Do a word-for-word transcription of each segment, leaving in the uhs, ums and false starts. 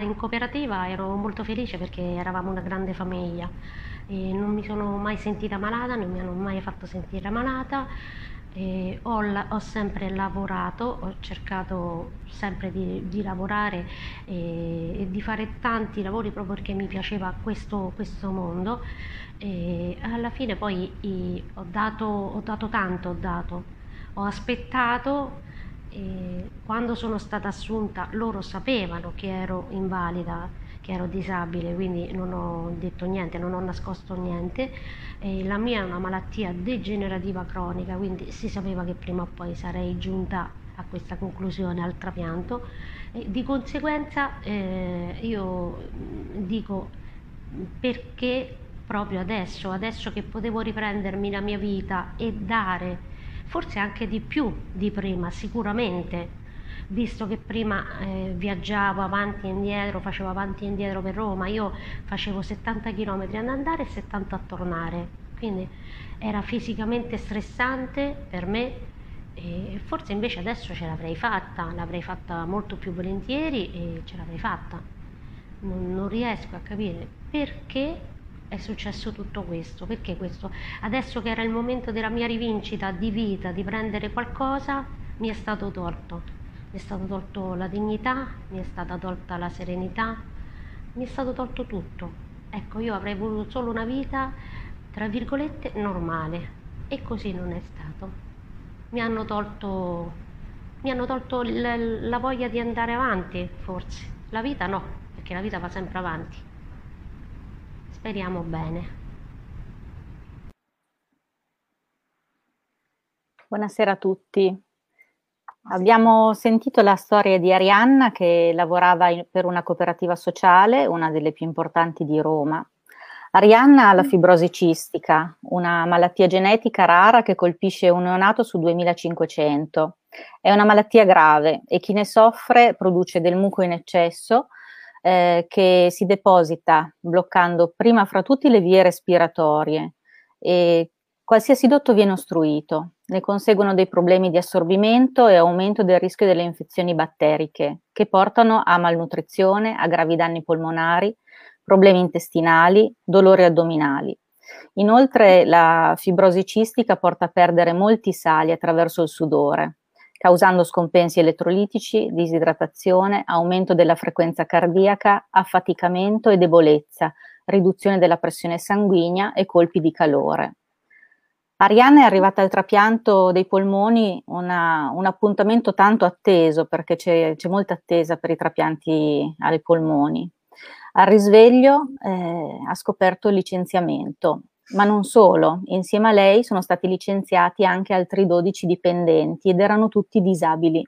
in cooperativa ero molto felice perché eravamo una grande famiglia e non mi sono mai sentita malata, non mi hanno mai fatto sentire malata. E ho, la- ho sempre lavorato, ho cercato sempre di, di lavorare e, e di fare tanti lavori proprio perché mi piaceva questo, questo mondo e alla fine poi i- ho dato, ho dato tanto, ho dato, ho aspettato e quando sono stata assunta loro sapevano che ero invalida, che ero disabile, quindi non ho detto niente, non ho nascosto niente. E la mia è una malattia degenerativa cronica, quindi si sapeva che prima o poi sarei giunta a questa conclusione, al trapianto. E di conseguenza eh, io dico perché proprio adesso, adesso che potevo riprendermi la mia vita e dare forse anche di più di prima, sicuramente, visto che prima eh, viaggiavo avanti e indietro, facevo avanti e indietro per Roma, io facevo settanta chilometri ad andare e settanta a tornare, quindi era fisicamente stressante per me e forse invece adesso ce l'avrei fatta, l'avrei fatta molto più volentieri e ce l'avrei fatta. Non, non riesco a capire perché è successo tutto questo, perché questo, adesso che era il momento della mia rivincita di vita, di prendere qualcosa, mi è stato tolto. Mi è stato tolto la dignità, mi è stata tolta la serenità, mi è stato tolto tutto. Ecco, io avrei voluto solo una vita, tra virgolette, normale, e così non è stato. Mi hanno tolto, mi hanno tolto il- la voglia di andare avanti, forse. La vita no, perché la vita va sempre avanti. Speriamo bene. Buonasera a tutti. Abbiamo sentito la storia di Arianna che lavorava in- per una cooperativa sociale, una delle più importanti di Roma. Arianna ha la fibrosi cistica, una malattia genetica rara che colpisce un neonato su duemilacinquecento. È una malattia grave e chi ne soffre produce del muco in eccesso eh, che si deposita bloccando prima fra tutti le vie respiratorie e qualsiasi dotto viene ostruito. Ne conseguono dei problemi di assorbimento e aumento del rischio delle infezioni batteriche, che portano a malnutrizione, a gravi danni polmonari, problemi intestinali, dolori addominali. Inoltre la fibrosi cistica porta a perdere molti sali attraverso il sudore, causando scompensi elettrolitici, disidratazione, aumento della frequenza cardiaca, affaticamento e debolezza, riduzione della pressione sanguigna e colpi di calore. Arianna è arrivata al trapianto dei polmoni, una, un appuntamento tanto atteso perché c'è, c'è molta attesa per i trapianti ai polmoni. Al risveglio eh, ha scoperto il licenziamento, ma non solo, insieme a lei sono stati licenziati anche altri dodici dipendenti ed erano tutti disabili.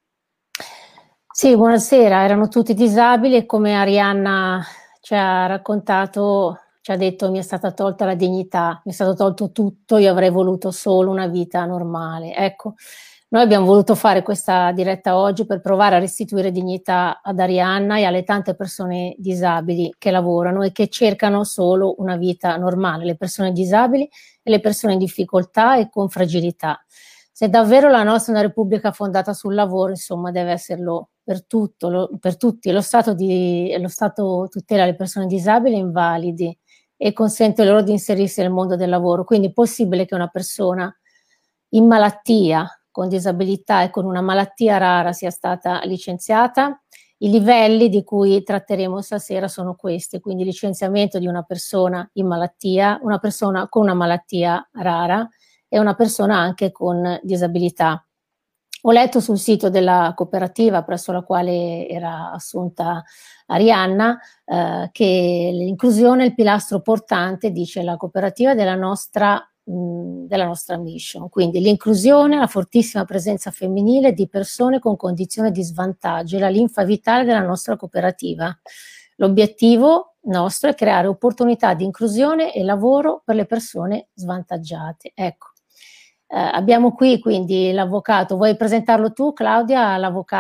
Sì, buonasera, erano tutti disabili e come Arianna ci ha raccontato, ci ha detto mi è stata tolta la dignità, mi è stato tolto tutto, io avrei voluto solo una vita normale. Ecco, noi abbiamo voluto fare questa diretta oggi per provare a restituire dignità ad Arianna e alle tante persone disabili che lavorano e che cercano solo una vita normale, le persone disabili e le persone in difficoltà e con fragilità. Se davvero la nostra è una repubblica fondata sul lavoro, insomma, deve esserlo per tutto, lo, per tutti. Lo Stato, di, lo Stato tutela le persone disabili e invalidi e consente loro di inserirsi nel mondo del lavoro. Quindi è possibile che una persona in malattia, con disabilità e con una malattia rara sia stata licenziata. I livelli di cui tratteremo stasera sono questi, quindi licenziamento di una persona in malattia, una persona con una malattia rara e una persona anche con disabilità. Ho letto sul sito della cooperativa presso la quale era assunta Arianna eh, che l'inclusione è il pilastro portante, dice la cooperativa, della nostra, mh, della nostra mission. Quindi l'inclusione, la fortissima presenza femminile di persone con condizione di svantaggio e la linfa vitale della nostra cooperativa. L'obiettivo nostro è creare opportunità di inclusione e lavoro per le persone svantaggiate. Ecco. Eh, abbiamo qui quindi l'avvocato, vuoi presentarlo tu Claudia,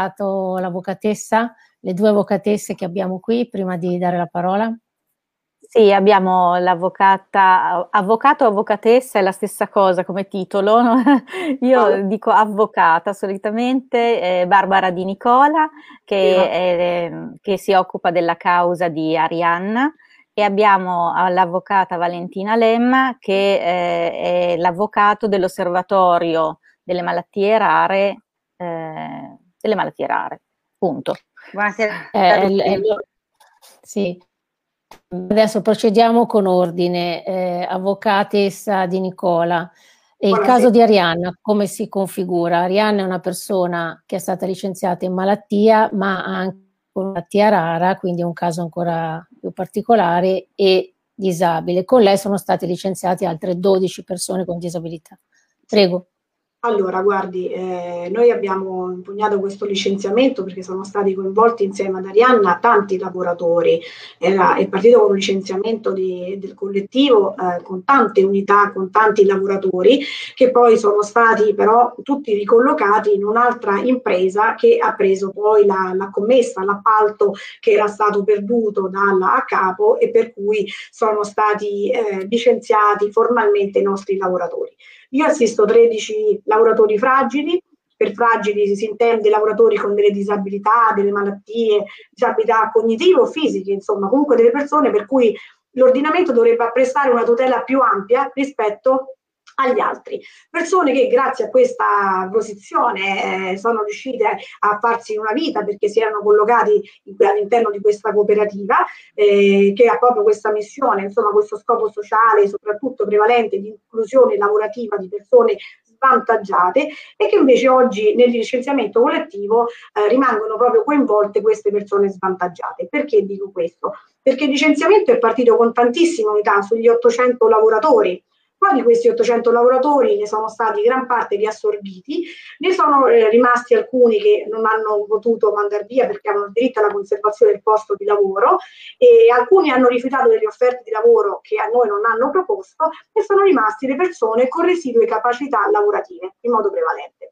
l'avvocato, l'avvocatessa, le due avvocatesse che abbiamo qui prima di dare la parola? Sì, abbiamo l'avvocata, avvocato o avvocatessa è la stessa cosa come titolo, no? Io Vale. dico avvocata solitamente, eh, Barbara Di Nicola, che, è, che si occupa della causa di Arianna, e abbiamo l'avvocata Valentina Lemma, che eh, è l'avvocato dell'osservatorio delle malattie rare, eh, delle malattie rare, punto. Buonasera. Eh, l- eh, lo- sì. Adesso procediamo con ordine. Eh, avvocatessa Di Nicola, e il Buonasera. caso di Arianna, come si configura? Arianna è una persona che è stata licenziata in malattia, ma anche con malattia rara, quindi è un caso ancora più particolare, e disabile. Con lei sono state licenziate altre dodici persone con disabilità. Prego. Allora, guardi, eh, noi abbiamo impugnato questo licenziamento perché sono stati coinvolti insieme ad Arianna tanti lavoratori. Era, è partito con un licenziamento di, del collettivo eh, con tante unità, con tanti lavoratori, che poi sono stati però tutti ricollocati in un'altra impresa che ha preso poi la, la commessa, l'appalto che era stato perduto dalla a capo, e per cui sono stati eh, licenziati formalmente i nostri lavoratori. Io assisto tredici lavoratori fragili. Per fragili si intende lavoratori con delle disabilità, delle malattie, disabilità cognitive o fisiche, insomma, comunque delle persone per cui l'ordinamento dovrebbe prestare una tutela più ampia rispetto agli altri. Persone che grazie a questa posizione eh, sono riuscite a farsi una vita perché si erano collocati all'interno di questa cooperativa eh, che ha proprio questa missione, insomma questo scopo sociale, soprattutto prevalente di inclusione lavorativa di persone svantaggiate, e che invece oggi nel licenziamento collettivo eh, rimangono proprio coinvolte queste persone svantaggiate. Perché dico questo? Perché il licenziamento è partito con tantissime unità, sugli ottocento lavoratori. Poi di questi ottocento lavoratori ne sono stati gran parte riassorbiti, ne sono eh, rimasti alcuni che non hanno potuto mandare via perché avevano diritto alla conservazione del posto di lavoro, e alcuni hanno rifiutato delle offerte di lavoro che a noi non hanno proposto, e sono rimasti le persone con residue capacità lavorative in modo prevalente.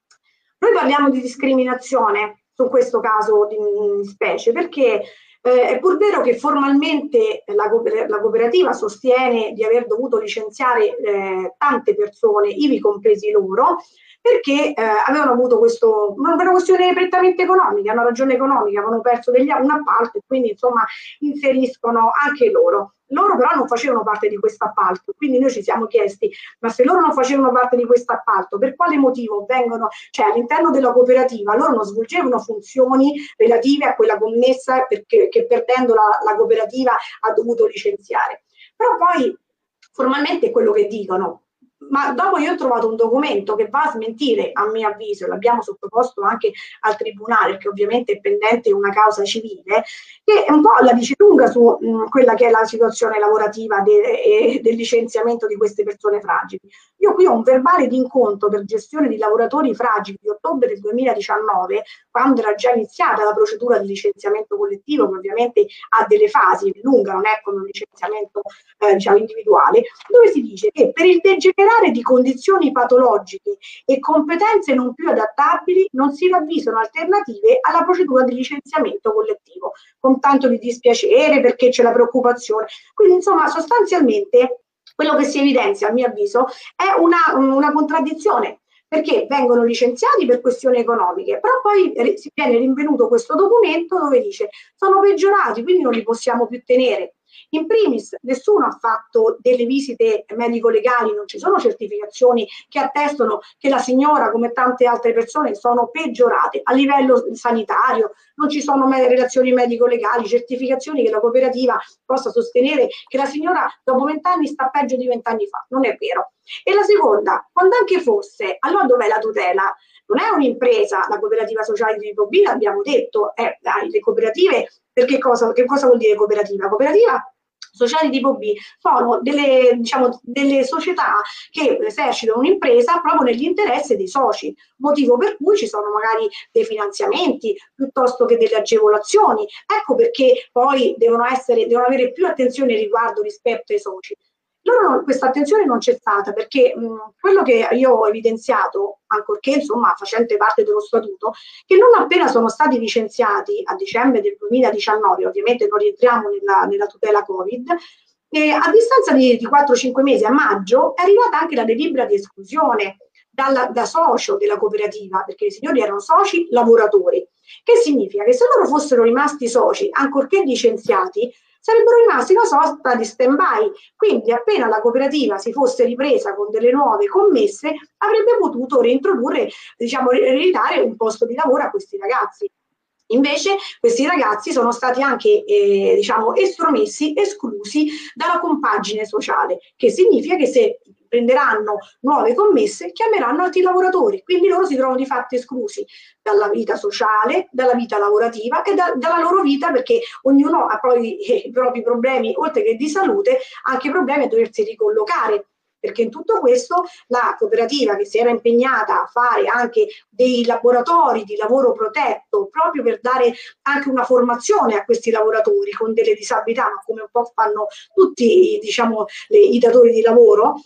Noi parliamo di discriminazione su questo caso di, di specie perché Eh, è pur vero che formalmente la, la cooperativa sostiene di aver dovuto licenziare eh, tante persone, ivi compresi loro, perché eh, avevano avuto questo, una questione prettamente economica, una ragione economica, avevano perso degli, un appalto e quindi insomma inseriscono anche loro. Loro però non facevano parte di questo appalto, quindi noi ci siamo chiesti, ma se loro non facevano parte di questo appalto, per quale motivo vengono, cioè all'interno della cooperativa loro non svolgevano funzioni relative a quella commessa perché, che perdendo la, la cooperativa ha dovuto licenziare. Però poi formalmente è quello che dicono. Ma dopo io ho trovato un documento che va a smentire, a mio avviso, l'abbiamo sottoposto anche al tribunale, che ovviamente è pendente una causa civile, che un po' la dice lunga su mh, quella che è la situazione lavorativa de, e del licenziamento di queste persone fragili. Io qui ho un verbale di incontro per gestione di lavoratori fragili di ottobre del duemiladiciannove, quando era già iniziata la procedura di licenziamento collettivo, che ovviamente ha delle fasi, è lunga, non è come un licenziamento eh, diciamo individuale, dove si dice che per il degenerare di condizioni patologiche e competenze non più adattabili non si ravvisano alternative alla procedura di licenziamento collettivo, con tanto di dispiacere perché c'è la preoccupazione. Quindi insomma sostanzialmente quello che si evidenzia a mio avviso è una, una contraddizione, perché vengono licenziati per questioni economiche, però poi si viene rinvenuto questo documento dove dice sono peggiorati, quindi non li possiamo più tenere. In primis, nessuno ha fatto delle visite medico-legali, non ci sono certificazioni che attestano che la signora, come tante altre persone, sono peggiorate a livello sanitario, non ci sono relazioni medico-legali, certificazioni che la cooperativa possa sostenere che la signora dopo vent'anni sta peggio di vent'anni fa. Non è vero. E la seconda, quando anche fosse, allora dov'è la tutela? Non è un'impresa, la cooperativa sociale di Tipo B, l'abbiamo detto, eh, dai, le cooperative, perché cosa, che cosa vuol dire cooperativa? Cooperativa sociali tipo B sono delle, diciamo, delle società che esercitano un'impresa proprio nell'interesse dei soci, motivo per cui ci sono magari dei finanziamenti piuttosto che delle agevolazioni. Ecco perché poi devono, essere, devono avere più attenzione riguardo rispetto ai soci. Loro questa attenzione non c'è stata perché mh, quello che io ho evidenziato, ancorché insomma facente parte dello statuto, che non appena sono stati licenziati a dicembre del duemiladiciannove, ovviamente non rientriamo nella, nella tutela Covid, e a distanza di, di quattro cinque mesi, a maggio, è arrivata anche la delibera di esclusione dalla, da socio della cooperativa, perché i signori erano soci lavoratori. Che significa? Che se loro fossero rimasti soci, ancorché licenziati, sarebbero rimasti una sorta di stand-by, quindi appena la cooperativa si fosse ripresa con delle nuove commesse avrebbe potuto reintrodurre, diciamo, ridare un posto di lavoro a questi ragazzi. Invece questi ragazzi sono stati anche eh, diciamo, estromessi, esclusi dalla compagine sociale, che significa che se prenderanno nuove commesse chiameranno altri lavoratori, quindi loro si trovano di fatto esclusi dalla vita sociale, dalla vita lavorativa e da, dalla loro vita, perché ognuno ha poi eh, i propri problemi, oltre che di salute, anche problemi a doversi ricollocare. Perché in tutto questo la cooperativa, che si era impegnata a fare anche dei laboratori di lavoro protetto proprio per dare anche una formazione a questi lavoratori con delle disabilità, ma come un po' fanno tutti, diciamo, le, i datori di lavoro,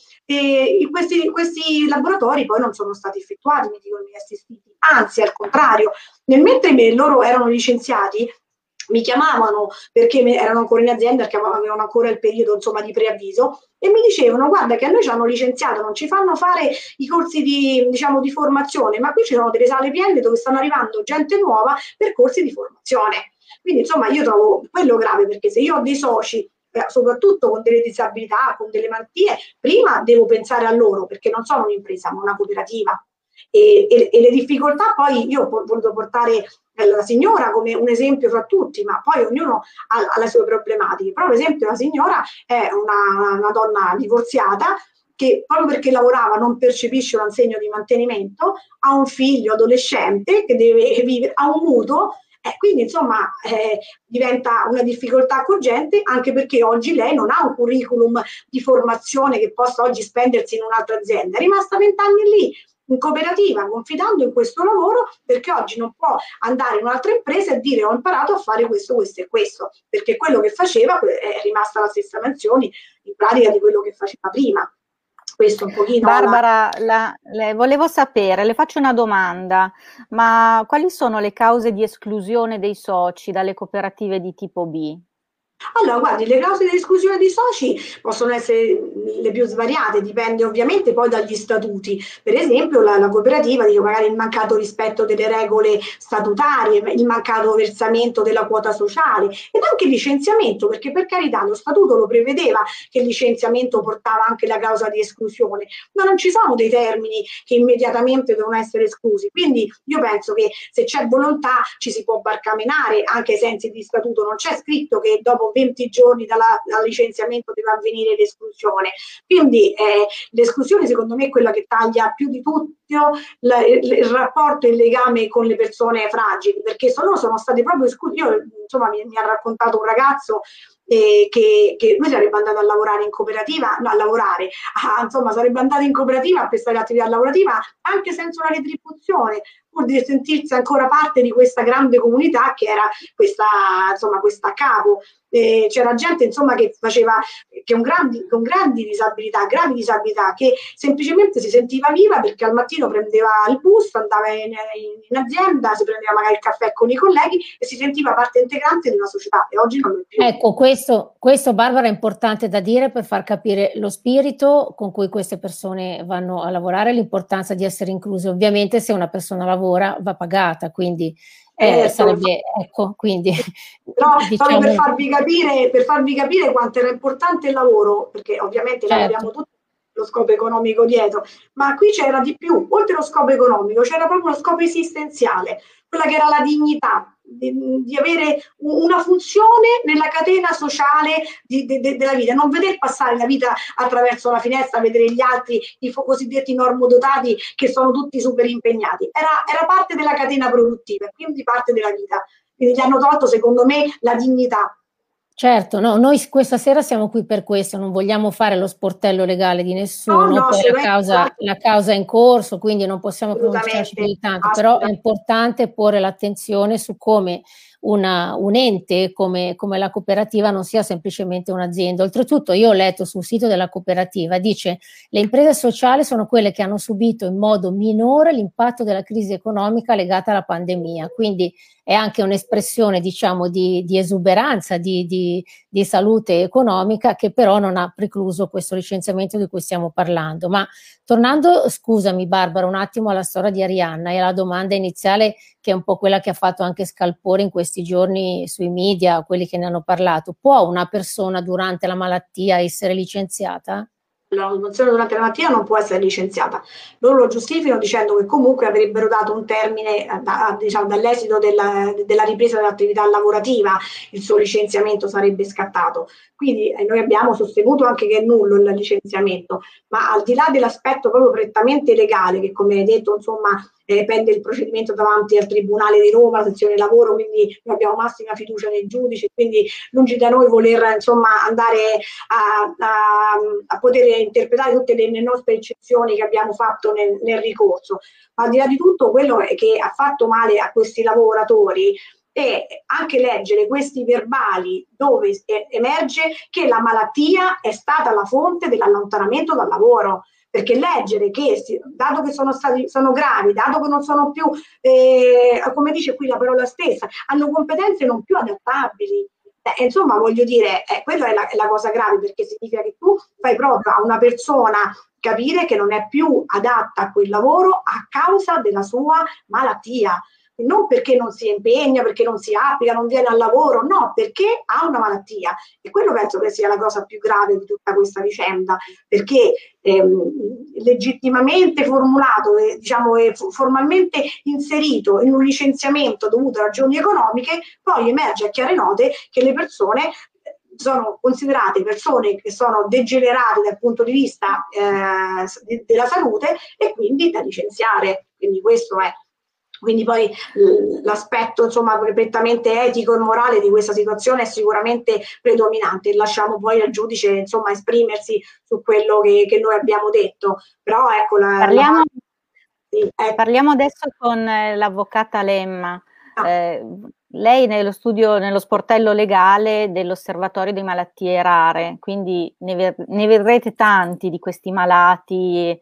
e questi, questi laboratori poi non sono stati effettuati, mi dicono i miei assistiti, anzi al contrario, nel mentre loro erano licenziati mi chiamavano perché erano ancora in azienda, perché avevano ancora il periodo insomma di preavviso, e mi dicevano: guarda che a noi ci hanno licenziato, non ci fanno fare i corsi di, diciamo, di formazione, ma qui ci sono delle sale piene dove stanno arrivando gente nuova per corsi di formazione. Quindi insomma io trovo quello grave, perché se io ho dei soci, eh, soprattutto con delle disabilità, con delle malattie, prima devo pensare a loro, perché non sono un'impresa ma una cooperativa. E, e, e le difficoltà poi io ho voluto portare la signora come un esempio fra tutti, ma poi ognuno ha, ha le sue problematiche. Però per esempio la signora è una, una donna divorziata che proprio perché lavorava non percepisce un assegno di mantenimento, ha un figlio adolescente che deve vivere, ha un mutuo, eh, quindi insomma eh, diventa una difficoltà cogente, anche perché oggi lei non ha un curriculum di formazione che possa oggi spendersi in un'altra azienda, è rimasta vent'anni lì in cooperativa, confidando in questo lavoro, perché oggi non può andare in un'altra impresa e dire: ho imparato a fare questo, questo e questo, perché quello che faceva è rimasta la stessa mansione in pratica di quello che faceva prima. Questo un pochino. Barbara, la, le, volevo sapere, le faccio una domanda, ma quali sono le cause di esclusione dei soci dalle cooperative di tipo B? Allora, guardi, le cause di esclusione dei soci possono essere le più svariate, dipende ovviamente poi dagli statuti. Per esempio, la, la cooperativa dice magari il mancato rispetto delle regole statutarie, il mancato versamento della quota sociale ed anche il licenziamento, perché per carità lo statuto lo prevedeva che il licenziamento portava anche la causa di esclusione, ma non ci sono dei termini che immediatamente devono essere esclusi. Quindi io penso che se c'è volontà ci si può barcamenare anche ai sensi di statuto, non c'è scritto che dopo venti giorni dalla, dal licenziamento deve avvenire l'esclusione. Quindi eh, l'esclusione secondo me è quella che taglia più di tutto la, il, il rapporto e il legame con le persone fragili, perché loro sono state proprio esclusi. Io, insomma, mi, mi ha raccontato un ragazzo eh, che, che lui sarebbe andato a lavorare in cooperativa, no, a lavorare, a, insomma sarebbe andato in cooperativa a prestare attività lavorativa anche senza una retribuzione, pur di sentirsi ancora parte di questa grande comunità che era questa, insomma, questa capo. Eh, c'era gente insomma che faceva che un grandi, con grandi disabilità, gravi disabilità, che semplicemente si sentiva viva perché al mattino prendeva il bus, andava in, in, in azienda, si prendeva magari il caffè con i colleghi e si sentiva parte integrante di una società, e oggi non è più. Ecco, questo, questo Barbara è importante da dire per far capire lo spirito con cui queste persone vanno a lavorare, l'importanza di essere incluse. Ovviamente se una persona lavora va pagata, quindi Eh, eh, sarebbe, ecco, quindi no, diciamo... per farvi capire, per farvi capire quanto era importante il lavoro, perché ovviamente certo, lavoriamo tutti lo scopo economico dietro, ma qui c'era di più, oltre allo scopo economico c'era proprio lo scopo esistenziale, quella che era la dignità di, di avere una funzione nella catena sociale di, de, de, della vita, non veder passare la vita attraverso la finestra, vedere gli altri, i cosiddetti normodotati che sono tutti super impegnati, era, era parte della catena produttiva, quindi parte della vita, quindi gli hanno tolto secondo me la dignità. Certo, no, noi questa sera siamo qui per questo, non vogliamo fare lo sportello legale di nessuno, no, no, poi la causa, la causa è in corso, quindi non possiamo pronunciarci più di tanto, però è importante porre l'attenzione su come una, un ente come, come la cooperativa non sia semplicemente un'azienda. Oltretutto io ho letto sul sito della cooperativa, dice le imprese sociali sono quelle che hanno subito in modo minore l'impatto della crisi economica legata alla pandemia, quindi è anche un'espressione, diciamo, di, di esuberanza, di, di, di salute economica, che però non ha precluso questo licenziamento di cui stiamo parlando. Ma tornando, scusami Barbara, un attimo alla storia di Arianna e alla domanda iniziale, che è un po' quella che ha fatto anche scalpore in questi giorni sui media, quelli che ne hanno parlato. Può una persona durante la malattia essere licenziata? La manutenzione durante la malattia non può essere licenziata. Loro lo giustificano dicendo che comunque avrebbero dato un termine da, diciamo, dall'esito della, della ripresa dell'attività lavorativa, il suo licenziamento sarebbe scattato. Quindi eh, noi abbiamo sostenuto anche che è nullo il licenziamento, ma al di là dell'aspetto proprio prettamente legale, che come hai detto, insomma, eh, pende il procedimento davanti al Tribunale di Roma, sezione lavoro, quindi noi abbiamo massima fiducia nei giudici, quindi lungi da noi voler insomma andare a, a, a poter interpretare tutte le, le nostre eccezioni che abbiamo fatto nel, nel ricorso. Ma al di là di tutto, quello che ha fatto male a questi lavoratori è anche leggere questi verbali dove emerge che la malattia è stata la fonte dell'allontanamento dal lavoro. Perché leggere che, dato che sono stati sono gravi, dato che non sono più, eh, come dice qui la parola stessa, hanno competenze non più adattabili. Eh, insomma, voglio dire, eh, quella è la, è la cosa grave, perché significa che tu fai proprio a una persona capire che non è più adatta a quel lavoro a causa della sua malattia. Non perché non si impegna, perché non si applica, non viene al lavoro, no, perché ha una malattia. E quello penso che sia la cosa più grave di tutta questa vicenda, perché ehm, legittimamente formulato, eh, diciamo eh, formalmente inserito in un licenziamento dovuto a ragioni economiche, poi emerge a chiare note che le persone sono considerate persone che sono degenerate dal punto di vista eh, de- della salute e quindi da licenziare. Quindi questo è. Quindi poi l'aspetto insomma prettamente etico e morale di questa situazione è sicuramente predominante. Lasciamo poi al giudice insomma esprimersi su quello che, che noi abbiamo detto. Però ecco la, parliamo, la... Sì, ecco. Parliamo adesso con eh, l'avvocata Lemma. Ah. Eh, lei nello studio, nello sportello legale dell'Osservatorio di Malattie Rare, quindi ne, ver- ne vedrete tanti di questi malati,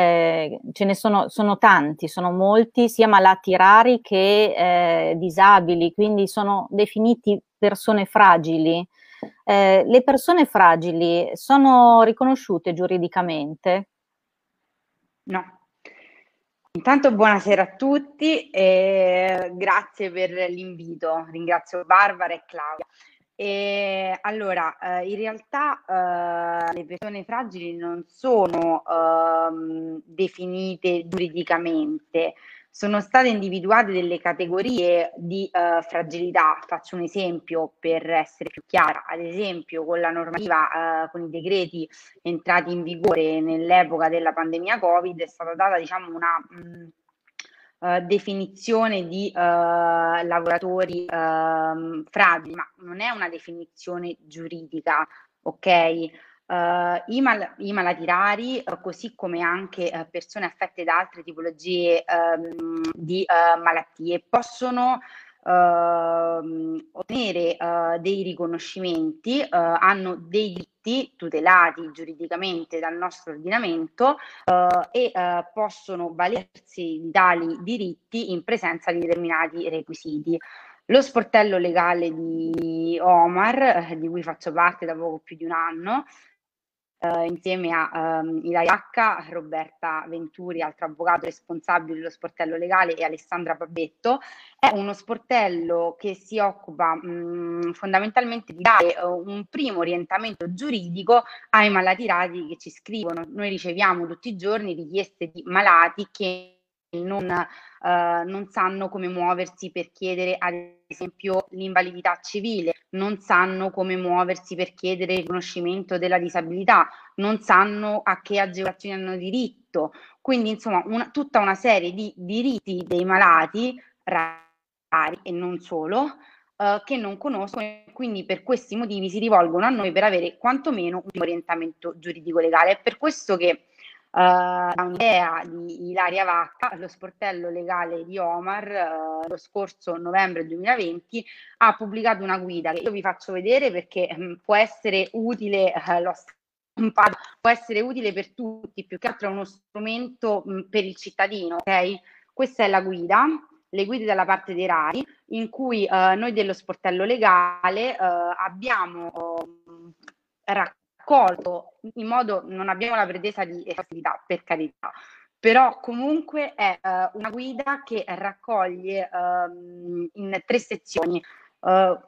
eh, ce ne sono, sono tanti, sono molti, sia malati rari che eh, disabili, quindi sono definiti persone fragili. Eh, le persone fragili sono riconosciute giuridicamente? No. Intanto buonasera a tutti e grazie per l'invito, ringrazio Barbara e Claudia. E allora, eh, in realtà eh, le persone fragili non sono ehm, definite giuridicamente, sono state individuate delle categorie di eh, fragilità. Faccio un esempio per essere più chiara. Ad esempio, con la normativa, eh, con i decreti entrati in vigore nell'epoca della pandemia Covid, è stata data, diciamo, una mh, Uh, definizione di uh, lavoratori uh, fragili, ma non è una definizione giuridica, ok? Uh, i, mal- i malati rari, uh, così come anche uh, persone affette da altre tipologie um, di uh, malattie, possono Uh, ottenere uh, dei riconoscimenti, uh, hanno dei diritti tutelati giuridicamente dal nostro ordinamento uh, e uh, possono valersi di tali diritti in presenza di determinati requisiti. Lo sportello legale di Omar, eh, di cui faccio parte da poco più di un anno, Uh, insieme a um, Ilaria H, Roberta Venturi, altro avvocato responsabile dello sportello legale, e Alessandra Babetto, è uno sportello che si occupa mh, fondamentalmente di dare uh, un primo orientamento giuridico ai malati rari che ci scrivono. Noi riceviamo tutti i giorni richieste di malati che non, uh, non sanno come muoversi per chiedere ad esempio l'invalidità civile, non sanno come muoversi per chiedere il riconoscimento della disabilità, non sanno a che agevolazioni hanno diritto. Quindi insomma una, tutta una serie di diritti dei malati rari e non solo, uh, che non conoscono, e quindi per questi motivi si rivolgono a noi per avere quantomeno un orientamento giuridico legale. È per questo che Uh, da un'idea di Ilaria Vacca, lo sportello legale di Omar uh, lo scorso novembre duemilaventi ha pubblicato una guida che io vi faccio vedere perché um, può essere utile, uh, l'ho stampato, può essere utile per tutti, più che altro è uno strumento um, per il cittadino, ok? Questa è la guida, le guide dalla parte dei rari, in cui uh, noi dello sportello legale uh, abbiamo uh, raccolto Colto, in modo, non abbiamo la pretesa di esaustività, per carità, però comunque è uh, una guida che raccoglie uh, in tre sezioni uh,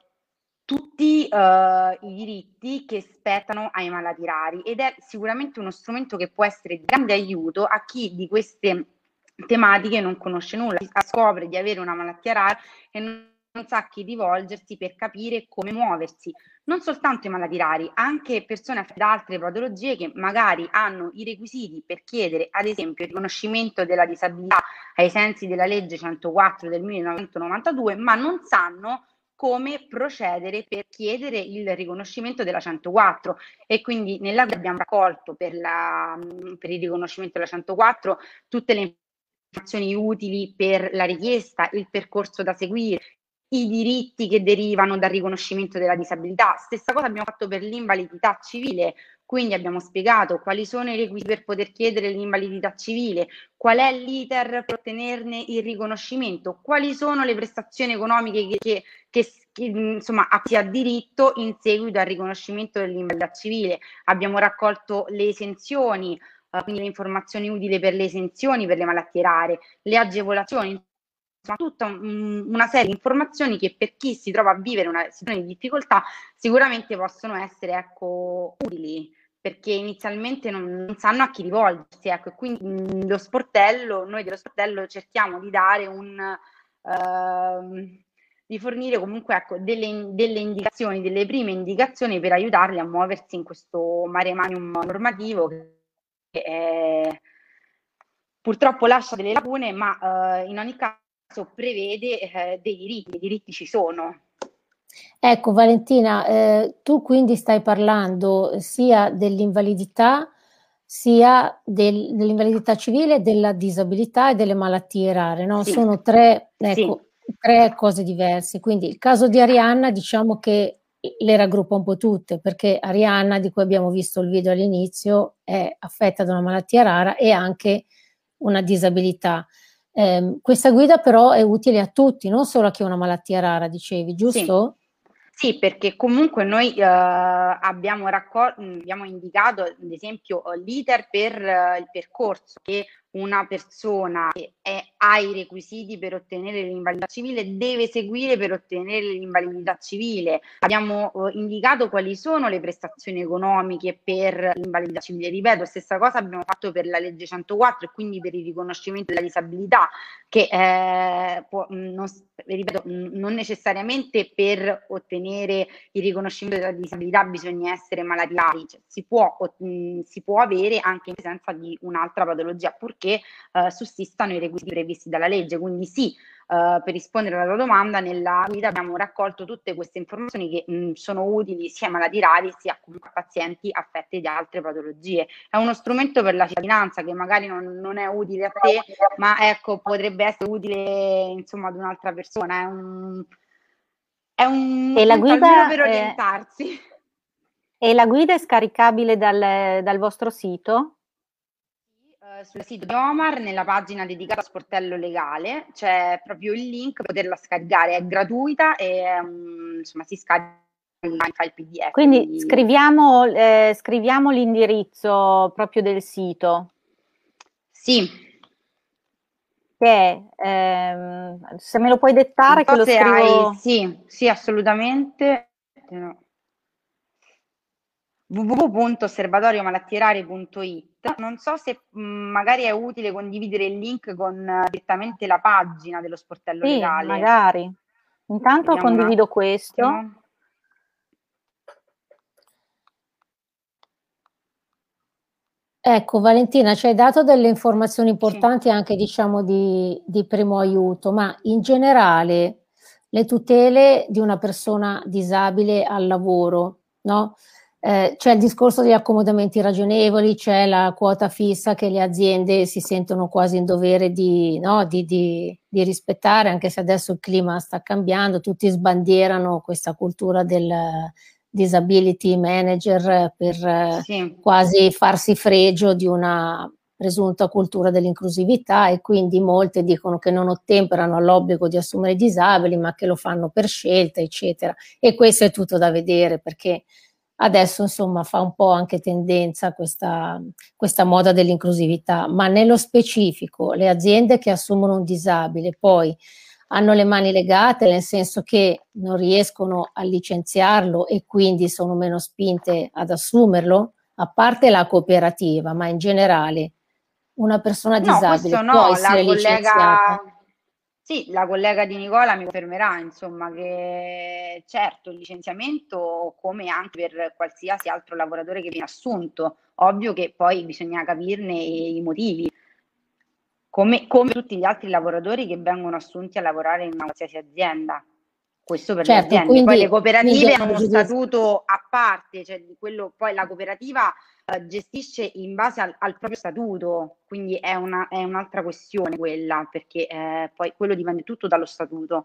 tutti uh, i diritti che spettano ai malati rari, ed è sicuramente uno strumento che può essere di grande aiuto a chi di queste tematiche non conosce nulla, scopre di avere una malattia rara e non non sa a chi rivolgersi per capire come muoversi. Non soltanto i malati rari, anche persone affette da altre patologie che magari hanno i requisiti per chiedere, ad esempio, il riconoscimento della disabilità ai sensi della legge centoquattro del millenovecentonovantadue, ma non sanno come procedere per chiedere il riconoscimento della centoquattro, e quindi nella guida abbiamo raccolto per, la, per il riconoscimento della centoquattro tutte le informazioni utili per la richiesta, il percorso da seguire, i diritti che derivano dal riconoscimento della disabilità. Stessa cosa abbiamo fatto per l'invalidità civile, quindi abbiamo spiegato quali sono i requisiti per poter chiedere l'invalidità civile, qual è l'iter per ottenerne il riconoscimento, quali sono le prestazioni economiche che, che, che, che insomma si ha diritto in seguito al riconoscimento dell'invalidità civile. Abbiamo raccolto le esenzioni, eh, quindi le informazioni utili per le esenzioni per le malattie rare, le agevolazioni, insomma tutta un, una serie di informazioni che per chi si trova a vivere una situazione di difficoltà sicuramente possono essere, ecco, utili, perché inizialmente non, non sanno a chi rivolgersi, ecco, e quindi mh, lo sportello, noi dello sportello cerchiamo di dare un uh, di fornire comunque, ecco, delle, delle indicazioni, delle prime indicazioni per aiutarli a muoversi in questo mare magnum normativo che è, purtroppo lascia delle lacune, ma uh, in ogni caso prevede eh, dei diritti, i diritti ci sono. Ecco Valentina, eh, tu quindi stai parlando sia dell'invalidità, sia del, dell'invalidità civile, della disabilità e delle malattie rare, no? Sì. Sono tre, ecco, sì. tre cose diverse. Quindi il caso di Arianna diciamo che le raggruppa un po' tutte, perché Arianna, di cui abbiamo visto il video all'inizio, è affetta da una malattia rara e anche una disabilità. Eh, questa guida però è utile a tutti, non solo a chi ha una malattia rara, dicevi, giusto? Sì, sì, perché comunque noi eh, abbiamo, raccol- abbiamo indicato, ad esempio, l'iter per eh, il percorso che una persona che è, ha i requisiti per ottenere l'invalidità civile deve seguire per ottenere l'invalidità civile. Abbiamo eh, indicato quali sono le prestazioni economiche per l'invalidità civile. Ripeto, stessa cosa abbiamo fatto per la legge centoquattro e quindi per il riconoscimento della disabilità, che eh, può, non, ripeto, non necessariamente per ottenere il riconoscimento della disabilità bisogna essere malati rari, cioè, si, può, mh, si può avere anche in presenza di un'altra patologia, purché che uh, sussistano i requisiti previsti dalla legge. Quindi sì, uh, per rispondere alla tua domanda, nella guida abbiamo raccolto tutte queste informazioni che mh, sono utili sia ai malati rari sia comunque a pazienti affetti da altre patologie. È uno strumento per la cittadinanza che magari non, non è utile a te, ma ecco, potrebbe essere utile insomma ad un'altra persona. È un, è un e la guida per orientarsi. È, e la guida è scaricabile dal, dal vostro sito? Sul sito di Omar, nella pagina dedicata a sportello legale, c'è proprio il link per poterla scaricare, è gratuita e um, insomma si scarica in file P D F. Quindi, quindi... scriviamo, eh, scriviamo l'indirizzo proprio del sito. Sì. Che è, ehm, se me lo puoi dettare, so che lo se scrivo... Hai, sì, sì, assolutamente. No. w w w punto osservatorio malattie rare punto i t. Non so se mh, magari è utile condividere il link con uh, direttamente la pagina dello sportello sì, legale. magari. Intanto Vediamo condivido questo. attimo. Ecco Valentina, ci hai dato delle informazioni importanti, sì, anche diciamo di, di primo aiuto, ma in generale le tutele di una persona disabile al lavoro, no? Eh, c'è il discorso degli accomodamenti ragionevoli, c'è la quota fissa che le aziende si sentono quasi in dovere di, no, di, di, di rispettare, anche se adesso il clima sta cambiando, tutti sbandierano questa cultura del disability manager per sì. quasi farsi fregio di una presunta cultura dell'inclusività, e quindi molte dicono che non ottemperano all'obbligo di assumere i disabili, ma che lo fanno per scelta, eccetera. E questo è tutto da vedere, perché adesso insomma fa un po' anche tendenza questa, questa moda dell'inclusività, ma nello specifico le aziende che assumono un disabile poi hanno le mani legate, nel senso che non riescono a licenziarlo e quindi sono meno spinte ad assumerlo, a parte la cooperativa, ma in generale una persona disabile no, può no, essere la collega... licenziata? Sì, la collega di Nicola mi confermerà, insomma, che certo il licenziamento, come anche per qualsiasi altro lavoratore che viene assunto, ovvio che poi bisogna capirne i motivi, come, come tutti gli altri lavoratori che vengono assunti a lavorare in una qualsiasi azienda. Questo per certo, le aziende. quindi, poi le cooperative hanno uno pregiudizio. statuto a parte, cioè quello, poi la cooperativa eh, gestisce in base al, al proprio statuto, quindi è, una, è un'altra questione quella, perché eh, poi quello dipende tutto dallo statuto.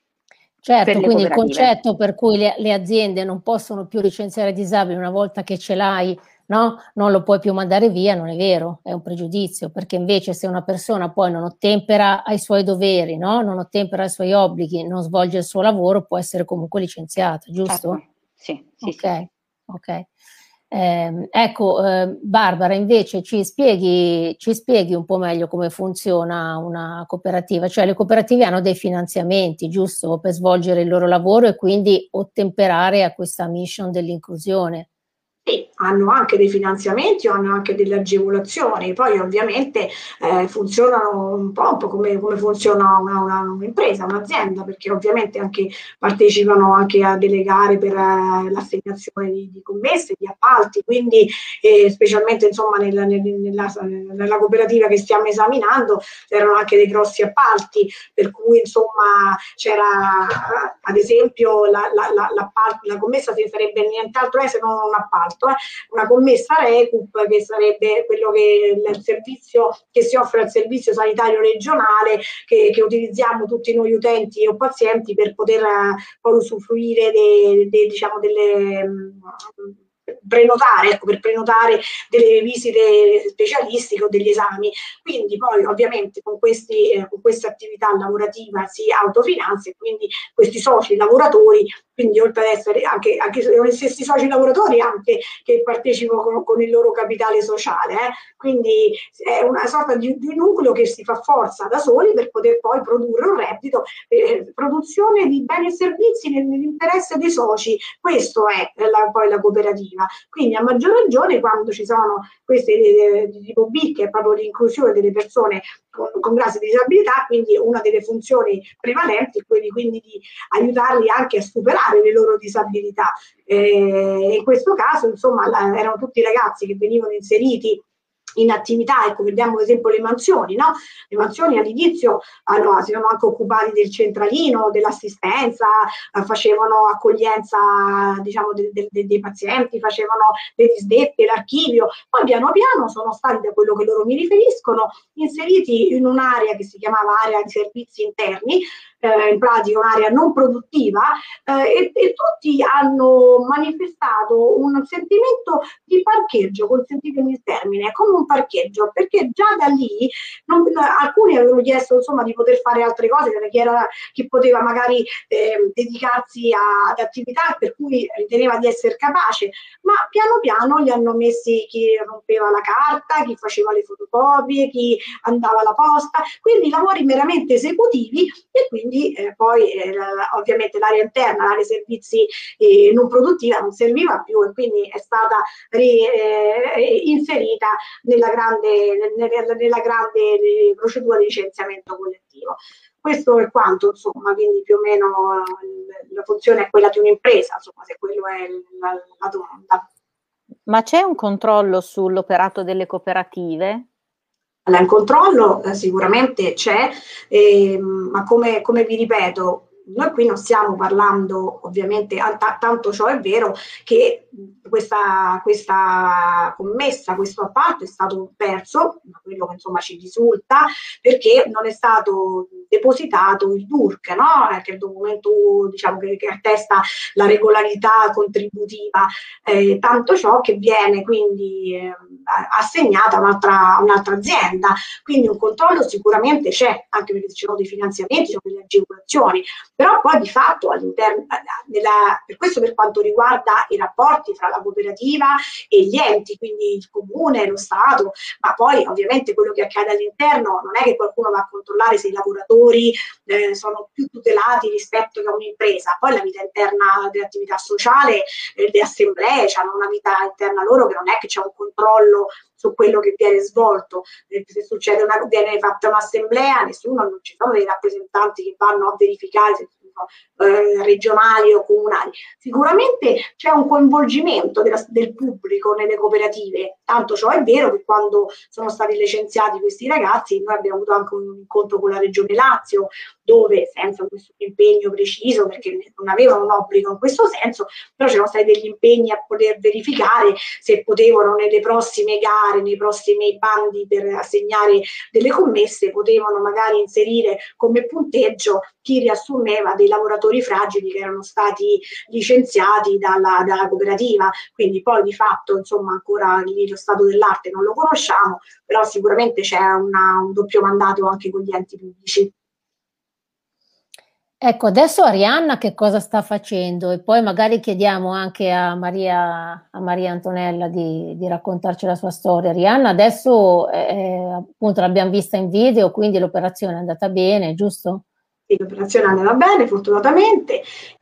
Certo, quindi il concetto per cui le, le aziende non possono più licenziare disabili una volta che ce l'hai, no? Non lo puoi più mandare via, non è vero, è un pregiudizio, perché invece se una persona poi non ottempera ai suoi doveri, no? Non ottempera ai suoi obblighi, non svolge il suo lavoro, può essere comunque licenziata, giusto? Certo. Sì, sì, ok, sì, sì. ok. Eh, ecco, eh, Barbara, invece ci spieghi, ci spieghi un po' meglio come funziona una cooperativa, cioè le cooperative hanno dei finanziamenti, giusto, per svolgere il loro lavoro e quindi ottemperare a questa mission dell'inclusione. Sì, hanno anche dei finanziamenti o hanno anche delle agevolazioni, poi ovviamente eh, funzionano un po', un po' come, come funziona una, una, un'impresa, un'azienda, perché ovviamente anche partecipano anche a delle gare per eh, l'assegnazione di, di commesse, di appalti, quindi eh, specialmente insomma nella, nella, nella cooperativa che stiamo esaminando c'erano anche dei grossi appalti, per cui insomma c'era ad esempio la, la, la, la, la commessa che sarebbe nient'altro è se non un appalto. Una commessa Recup, che sarebbe quello che il servizio che si offre al servizio sanitario regionale, che, che utilizziamo tutti noi utenti o pazienti per poter uh, poi usufruire de, de, diciamo delle um, prenotare, ecco, per prenotare delle visite specialistiche o degli esami. Quindi poi ovviamente con, questi, eh, con questa attività lavorativa si autofinanzia, e quindi questi soci lavoratori, quindi oltre ad essere anche, anche gli stessi soci lavoratori anche che partecipano con, con il loro capitale sociale, eh. Quindi è una sorta di, di nucleo che si fa forza da soli per poter poi produrre un reddito, eh, produzione di beni e servizi nell'interesse dei soci. Questo è la, poi la cooperativa. Quindi a maggior ragione quando ci sono queste eh, di tipo B, che è proprio l'inclusione delle persone con, con grave disabilità, quindi una delle funzioni prevalenti è quella quindi di aiutarli anche a superare le loro disabilità. Eh, in questo caso insomma la, erano tutti ragazzi che venivano inseriti in attività, ecco, vediamo ad esempio le mansioni, no? Le mansioni all'inizio allora, si sono anche occupati del centralino, dell'assistenza, eh, facevano accoglienza, diciamo, de, de, de, dei pazienti, facevano le disdette, l'archivio, poi piano piano sono stati, da quello che loro mi riferiscono, inseriti in un'area che si chiamava area di servizi interni, eh, in pratica un'area non produttiva, eh, e, e tutti hanno manifestato un sentimento di parcheggio, consentitemi il termine, come un parcheggio, perché già da lì non, alcuni avevano chiesto insomma di poter fare altre cose, chi, era, chi poteva magari eh, dedicarsi a, ad attività per cui riteneva di essere capace, ma piano piano li hanno messi chi rompeva la carta, chi faceva le fotocopie, chi andava alla posta, quindi lavori meramente esecutivi, e quindi eh, poi eh, ovviamente l'area interna, l'area servizi eh, non produttiva non serviva più, e quindi è stata ri, eh, inserita nella grande, nella, nella grande procedura di licenziamento collettivo. Questo è quanto, insomma, quindi più o meno eh, la funzione è quella di un'impresa, insomma, se quello è la, la domanda. Ma c'è un controllo sull'operato delle cooperative? Allora, il controllo eh, sicuramente c'è, eh, ma come, come vi ripeto, noi qui non stiamo parlando, ovviamente, t- tanto ciò è vero che questa, questa commessa, questo appalto è stato perso, da quello che insomma ci risulta, perché non è stato depositato il D U R C, no? Che è il documento, diciamo, che, che attesta la regolarità contributiva, eh, tanto ciò che viene quindi eh, assegnata a un'altra, un'altra azienda. Quindi un controllo sicuramente c'è, anche perché ci sono dei finanziamenti, ci sono delle agevolazioni, però poi di fatto all'interno, della, per questo per quanto riguarda i rapporti fra la cooperativa e gli enti, quindi il comune, lo Stato, ma poi ovviamente quello che accade all'interno non è che qualcuno va a controllare se i lavoratori eh, sono più tutelati rispetto a un'impresa, poi la vita interna dell'attività sociale, eh, le assemblee hanno una vita interna loro che non è che c'è un controllo su quello che viene svolto. Se succede una, viene fatta un'assemblea, nessuno, non ci sono dei rappresentanti che vanno a verificare se sono eh, regionali o comunali. Sicuramente c'è un coinvolgimento della, del pubblico nelle cooperative, tanto ciò è vero che quando sono stati licenziati questi ragazzi noi abbiamo avuto anche un incontro con la Regione Lazio, dove senza questo impegno preciso, perché non avevano un obbligo in questo senso, però c'erano stati degli impegni a poter verificare se potevano nelle prossime gare, nei prossimi bandi per assegnare delle commesse, potevano magari inserire come punteggio chi riassumeva dei lavoratori fragili che erano stati licenziati dalla, dalla cooperativa. Quindi poi di fatto insomma ancora lì lo stato dell'arte non lo conosciamo, però sicuramente c'è una, un doppio mandato anche con gli enti pubblici. Ecco, adesso Arianna che cosa sta facendo? E poi magari chiediamo anche a Maria, a Maria Antonella di, di raccontarci la sua storia. Arianna adesso eh, appunto l'abbiamo vista in video, quindi l'operazione è andata bene, giusto? Sì, l'operazione è andata bene, fortunatamente,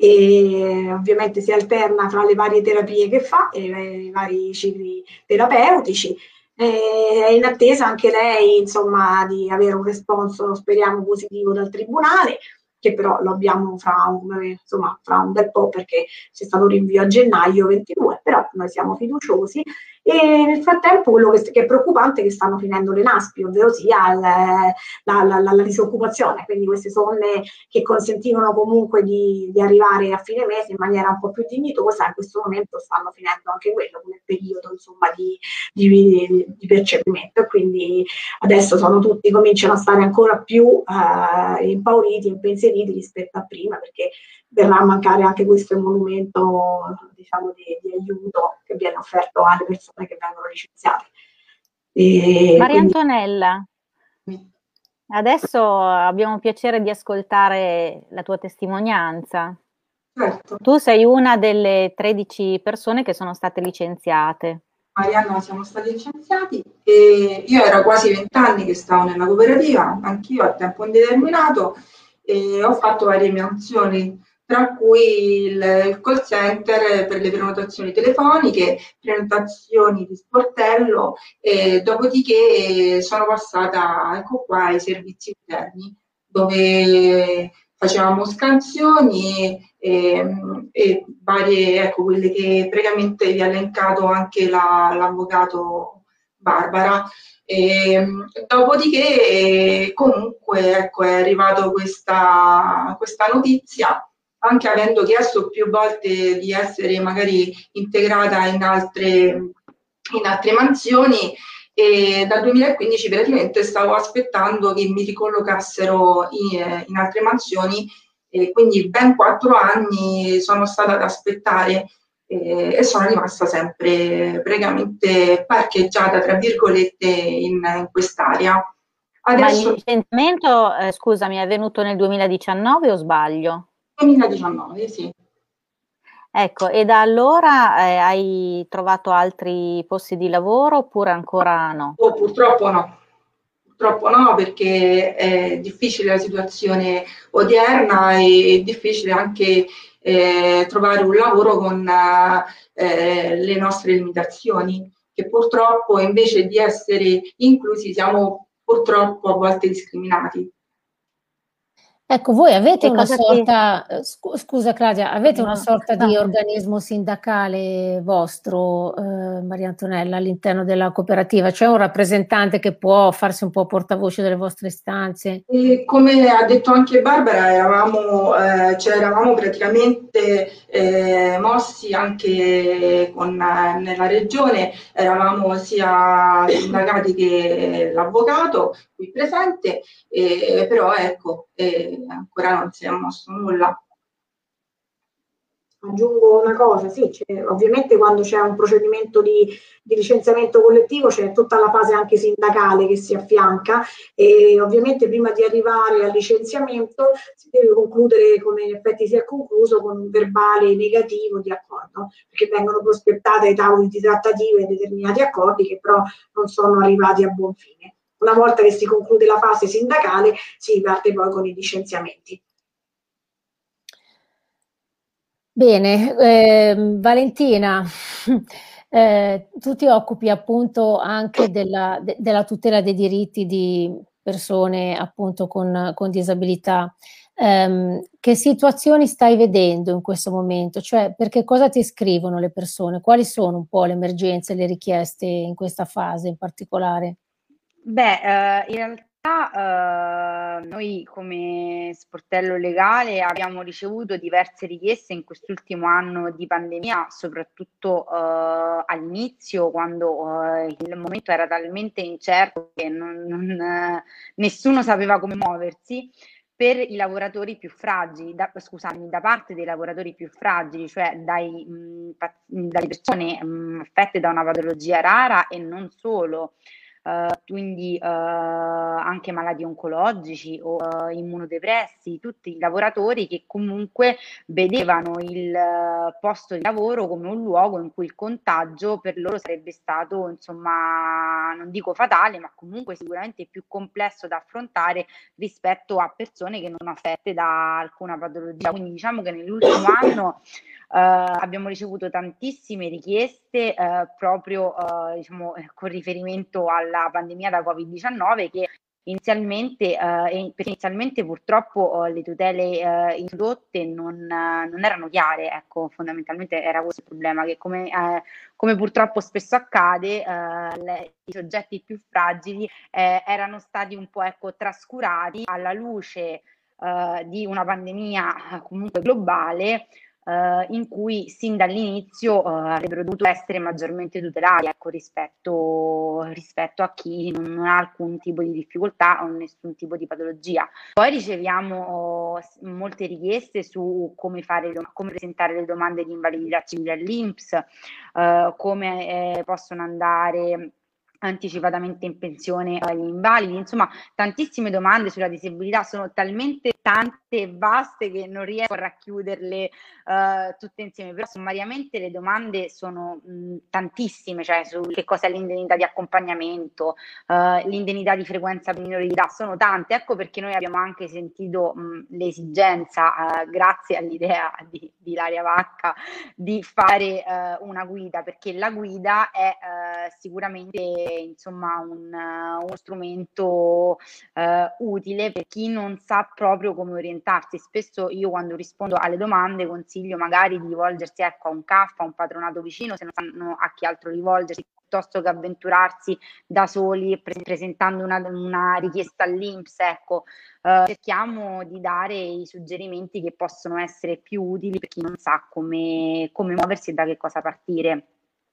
e ovviamente si alterna tra le varie terapie che fa e i vari cicli terapeutici. È in attesa anche lei, insomma, di avere un responso, speriamo, positivo dal tribunale, che però lo abbiamo fra un, insomma, fra un bel po', perché c'è stato un rinvio a gennaio ventidue, però noi siamo fiduciosi. E nel frattempo quello che, che è preoccupante è che stanno finendo le NASPI, ovvero sia il, la, la, la, la disoccupazione, quindi queste somme che consentivano comunque di, di arrivare a fine mese in maniera un po' più dignitosa, in questo momento stanno finendo anche quello come periodo, insomma, di, di, di percepimento, e quindi adesso sono tutti, cominciano a stare ancora più eh, impauriti, impensieriti rispetto a prima, perché verrà a mancare anche questo monumento, diciamo, di, di aiuto che viene offerto alle persone che vengono licenziate. E Maria quindi... Antonella, adesso abbiamo piacere di ascoltare la tua testimonianza. Certo. Tu sei una delle tredici persone che sono state licenziate. Marianna, siamo stati licenziati e io ero quasi vent'anni che stavo nella cooperativa, anch'io a tempo indeterminato, e ho fatto varie mansioni, tra cui il, il call center per le prenotazioni telefoniche, prenotazioni di sportello, e dopodiché sono passata, ecco qua, ai servizi interni, dove facevamo scansioni e, e varie, ecco, quelle che praticamente vi ha elencato anche la, l'avvocato Barbara. E, dopodiché comunque ecco, è arrivata questa, questa notizia, anche avendo chiesto più volte di essere magari integrata in altre, in altre mansioni, e dal duemilaquindici praticamente stavo aspettando che mi ricollocassero in, in altre mansioni, e quindi ben quattro anni sono stata ad aspettare eh, e sono rimasta sempre praticamente parcheggiata, tra virgolette, in, in quest'area. Adesso... Ma il licenziamento, eh, scusami, è avvenuto nel duemiladiciannove o sbaglio? duemiladiciannove, sì. Ecco, e da allora eh, hai trovato altri posti di lavoro oppure ancora no? Oh, purtroppo no, purtroppo no, perché è difficile la situazione odierna e è difficile anche eh, trovare un lavoro con eh, le nostre limitazioni, che purtroppo invece di essere inclusi siamo purtroppo a volte discriminati. Ecco, voi avete Che una cosa ti- sorta, eh, scu- scusa Claudia, avete una No, sorta di no. organismo sindacale vostro, eh, Maria Antonella, all'interno della cooperativa? C'è un rappresentante che può farsi un po' portavoce delle vostre istanze? E come ha detto anche Barbara, eravamo, eh, cioè eravamo praticamente eh, mossi anche con, eh, nella regione, eravamo sia sindacati che l'avvocato qui presente, eh, però ecco, eh, ancora non si è mosso nulla. Aggiungo una cosa, sì, c'è- ovviamente quando c'è un procedimento di, di licenziamento collettivo c'è tutta la fase anche sindacale che si affianca e ovviamente prima di arrivare al licenziamento si deve concludere, come in effetti si è concluso, con un verbale negativo di accordo, perché vengono prospettate ai tavoli di trattative determinati accordi che però non sono arrivati a buon fine. Una volta che si conclude la fase sindacale si parte poi con i licenziamenti. Bene, ehm, Valentina, eh, tu ti occupi appunto anche della, de- della tutela dei diritti di persone appunto con, con disabilità. Ehm, che situazioni stai vedendo in questo momento? Cioè, perché cosa ti scrivono le persone? Quali sono un po' le emergenze, le richieste in questa fase in particolare? Beh, eh, in realtà eh, noi come sportello legale abbiamo ricevuto diverse richieste in quest'ultimo anno di pandemia, soprattutto eh, all'inizio, quando eh, il momento era talmente incerto che non- non, eh, nessuno sapeva come muoversi. Per i lavoratori più fragili, da, scusami, da parte dei lavoratori più fragili, cioè dai, mh, pa- dalle persone mh, affette da una patologia rara e non solo, Uh, quindi uh, anche malati oncologici o uh, immunodepressi, tutti i lavoratori che comunque vedevano il uh, posto di lavoro come un luogo in cui il contagio per loro sarebbe stato, insomma, non dico fatale, ma comunque sicuramente più complesso da affrontare rispetto a persone che non sono affette da alcuna patologia. Quindi diciamo che nell'ultimo anno Uh, abbiamo ricevuto tantissime richieste uh, proprio uh, diciamo, con riferimento alla pandemia da covid diciannove che inizialmente, uh, perché inizialmente purtroppo uh, le tutele uh, introdotte non, uh, non erano chiare, ecco, fondamentalmente era questo il problema, che come, uh, come purtroppo spesso accade, uh, le, i soggetti più fragili eh, erano stati un po' ecco, trascurati alla luce uh, di una pandemia comunque globale, Uh, in cui sin dall'inizio uh, avrebbero dovuto essere maggiormente tutelati, ecco, rispetto, rispetto a chi non, non ha alcun tipo di difficoltà o nessun tipo di patologia. Poi riceviamo uh, molte richieste su come, fare, come presentare le domande di invalidità civile all'I N P S, uh, come eh, possono andare anticipatamente in pensione agli invalidi, insomma tantissime domande sulla disabilità, sono talmente tante e vaste che non riesco a racchiuderle uh, tutte insieme, però sommariamente le domande sono mh, tantissime, cioè su che cosa è l'indennità di accompagnamento, uh, l'indennità di frequenza per minori di età, sono tante, ecco perché noi abbiamo anche sentito mh, l'esigenza, uh, grazie all'idea di, di Ilaria Vacca, di fare uh, una guida, perché la guida è uh, sicuramente insomma un, uh, uno strumento uh, utile per chi non sa proprio come orientarsi. Spesso io quando rispondo alle domande consiglio magari di rivolgersi ecco, a un C A F, a un patronato vicino, se non sanno a chi altro rivolgersi, piuttosto che avventurarsi da soli pre- presentando una, una richiesta all'I N P S. Ecco, uh, cerchiamo di dare i suggerimenti che possono essere più utili per chi non sa come, come muoversi e da che cosa partire.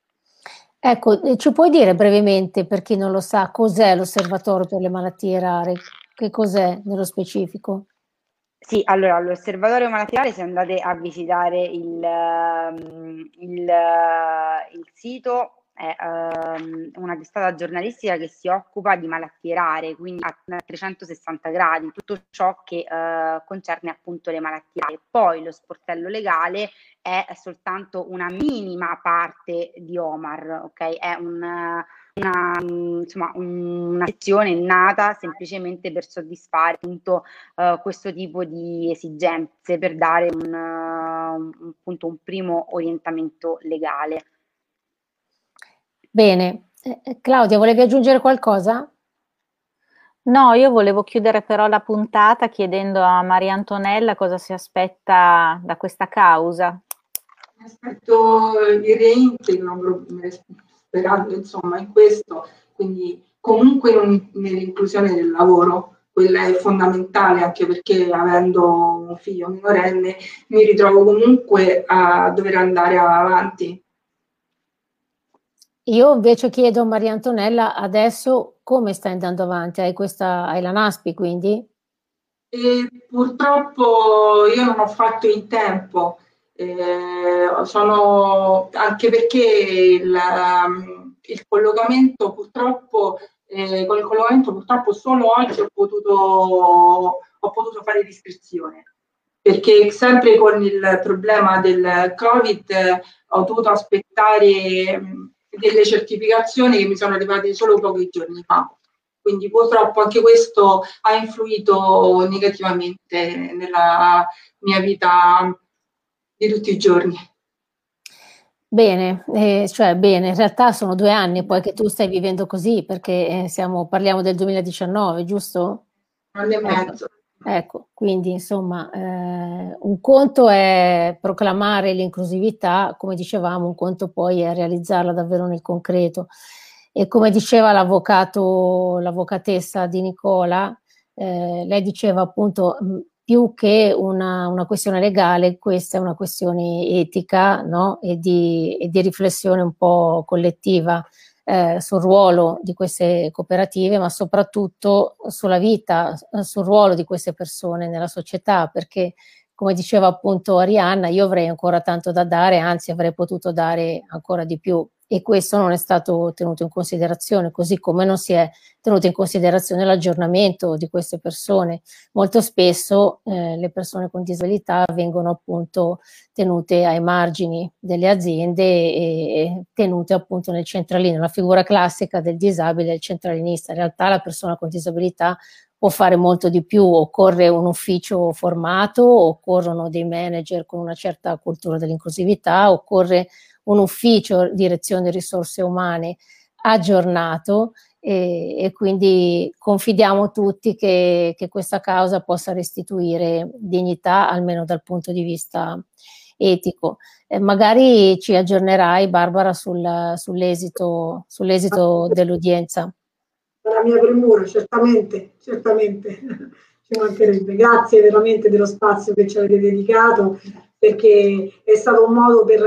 Ecco, ci puoi dire brevemente, per chi non lo sa, cos'è l'Osservatorio per le malattie rare? Che cos'è nello specifico? Sì, allora all'Osservatorio Malattie Rare, se andate a visitare il, um, il, uh, il sito, è um, una testata giornalistica che si occupa di malattie rare, quindi a trecentosessanta gradi, tutto ciò che uh, concerne appunto le malattie rare. Poi lo sportello legale è soltanto una minima parte di Omar, ok? È un... Uh, una, insomma, una sezione nata semplicemente per soddisfare appunto uh, questo tipo di esigenze, per dare un, uh, appunto un primo orientamento legale. Bene, eh, Claudia, volevi aggiungere qualcosa? No, io volevo chiudere però la puntata chiedendo a Maria Antonella cosa si aspetta da questa causa. Mi aspetto il reintegro, sperando insomma in questo, quindi comunque non- nell'inclusione del lavoro, quella è fondamentale, anche perché avendo un figlio minorenne mi ritrovo comunque a dover andare avanti. Io invece chiedo a Maria Antonella adesso come stai andando avanti? Hai questa, hai la NASPI quindi? E purtroppo io non ho fatto in tempo, eh, sono, anche perché il, um, il collocamento purtroppo, eh, con il collocamento purtroppo solo oggi ho potuto, ho potuto fare l'iscrizione, perché sempre con il problema del Covid eh, ho dovuto aspettare mh, delle certificazioni che mi sono arrivate solo pochi giorni fa. Quindi purtroppo anche questo ha influito negativamente nella mia vita di tutti i giorni. Bene, eh, cioè bene, in realtà sono due anni poi che tu stai vivendo così, perché eh, siamo, parliamo del duemiladiciannove, giusto? Un anno e Ecco, mezzo. ecco, quindi insomma, eh, un conto è proclamare l'inclusività, come dicevamo, un conto poi è realizzarla davvero nel concreto. E come diceva l'avvocato, l'avvocatessa di Nicola, eh, lei diceva appunto mh, più che una, una questione legale, questa è una questione etica, no? E di, e di riflessione un po' collettiva eh, sul ruolo di queste cooperative, ma soprattutto sulla vita, sul ruolo di queste persone nella società, perché come diceva appunto Arianna, io avrei ancora tanto da dare, anzi avrei potuto dare ancora di più. E questo non è stato tenuto in considerazione, così come non si è tenuto in considerazione l'aggiornamento di queste persone. Molto spesso eh, le persone con disabilità vengono appunto tenute ai margini delle aziende e, e tenute appunto nel centralino. La figura classica del disabile è il centralinista. In realtà la persona con disabilità può fare molto di più, occorre un ufficio formato, occorrono dei manager con una certa cultura dell'inclusività, occorre un ufficio direzione risorse umane aggiornato e, e quindi confidiamo tutti che, che questa causa possa restituire dignità almeno dal punto di vista etico. Eh, magari ci aggiornerai, Barbara, sul, sull'esito, sull'esito dell'udienza. La mia premura, certamente, certamente, ci mancherebbe. Grazie veramente dello spazio che ci avete dedicato, perché è stato un modo per,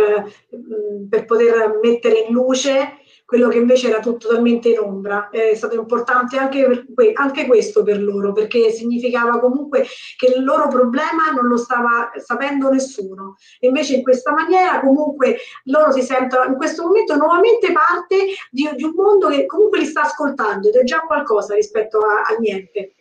per poter mettere in luce quello che invece era tutto totalmente in ombra. È stato importante anche, per, anche questo per loro, perché significava comunque che il loro problema non lo stava sapendo nessuno. E invece in questa maniera comunque loro si sentono in questo momento nuovamente parte di, di un mondo che comunque li sta ascoltando ed è già qualcosa rispetto a, a niente.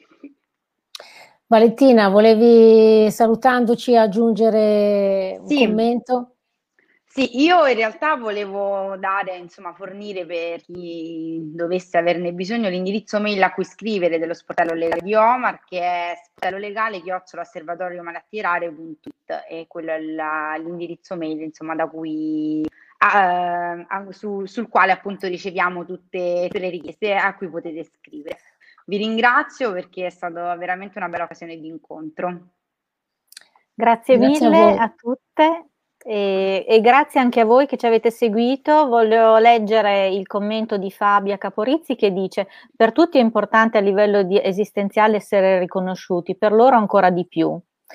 Valentina, volevi salutandoci aggiungere un Sì. commento? Sì, io in realtà volevo dare, insomma, fornire per chi dovesse averne bisogno l'indirizzo mail a cui scrivere dello sportello legale di Omar, che è sportellolegale chiocciola osservatorio malattie rare punto it, e quello è la, l'indirizzo mail, insomma, da cui a, a, su, sul quale appunto riceviamo tutte, tutte le richieste a cui potete scrivere. Vi ringrazio perché è stata veramente una bella occasione di incontro. Grazie, Grazie mille a, a tutte e, e grazie anche a voi che ci avete seguito. Voglio leggere il commento di Fabia Caporizzi che dice: per tutti è importante a livello di esistenziale essere riconosciuti, per loro ancora di più.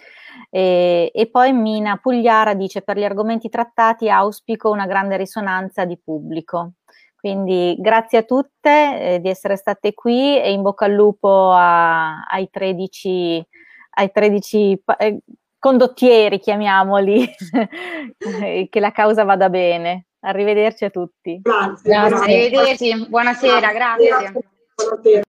E, e poi Mina Pugliara dice: per gli argomenti trattati auspico una grande risonanza di pubblico. Quindi grazie a tutte eh, di essere state qui e in bocca al lupo a, ai tredici, ai tredici eh, condottieri, chiamiamoli, che la causa vada bene. Arrivederci a tutti. Grazie. Grazie. Arrivederci, buonasera, grazie. Buonasera.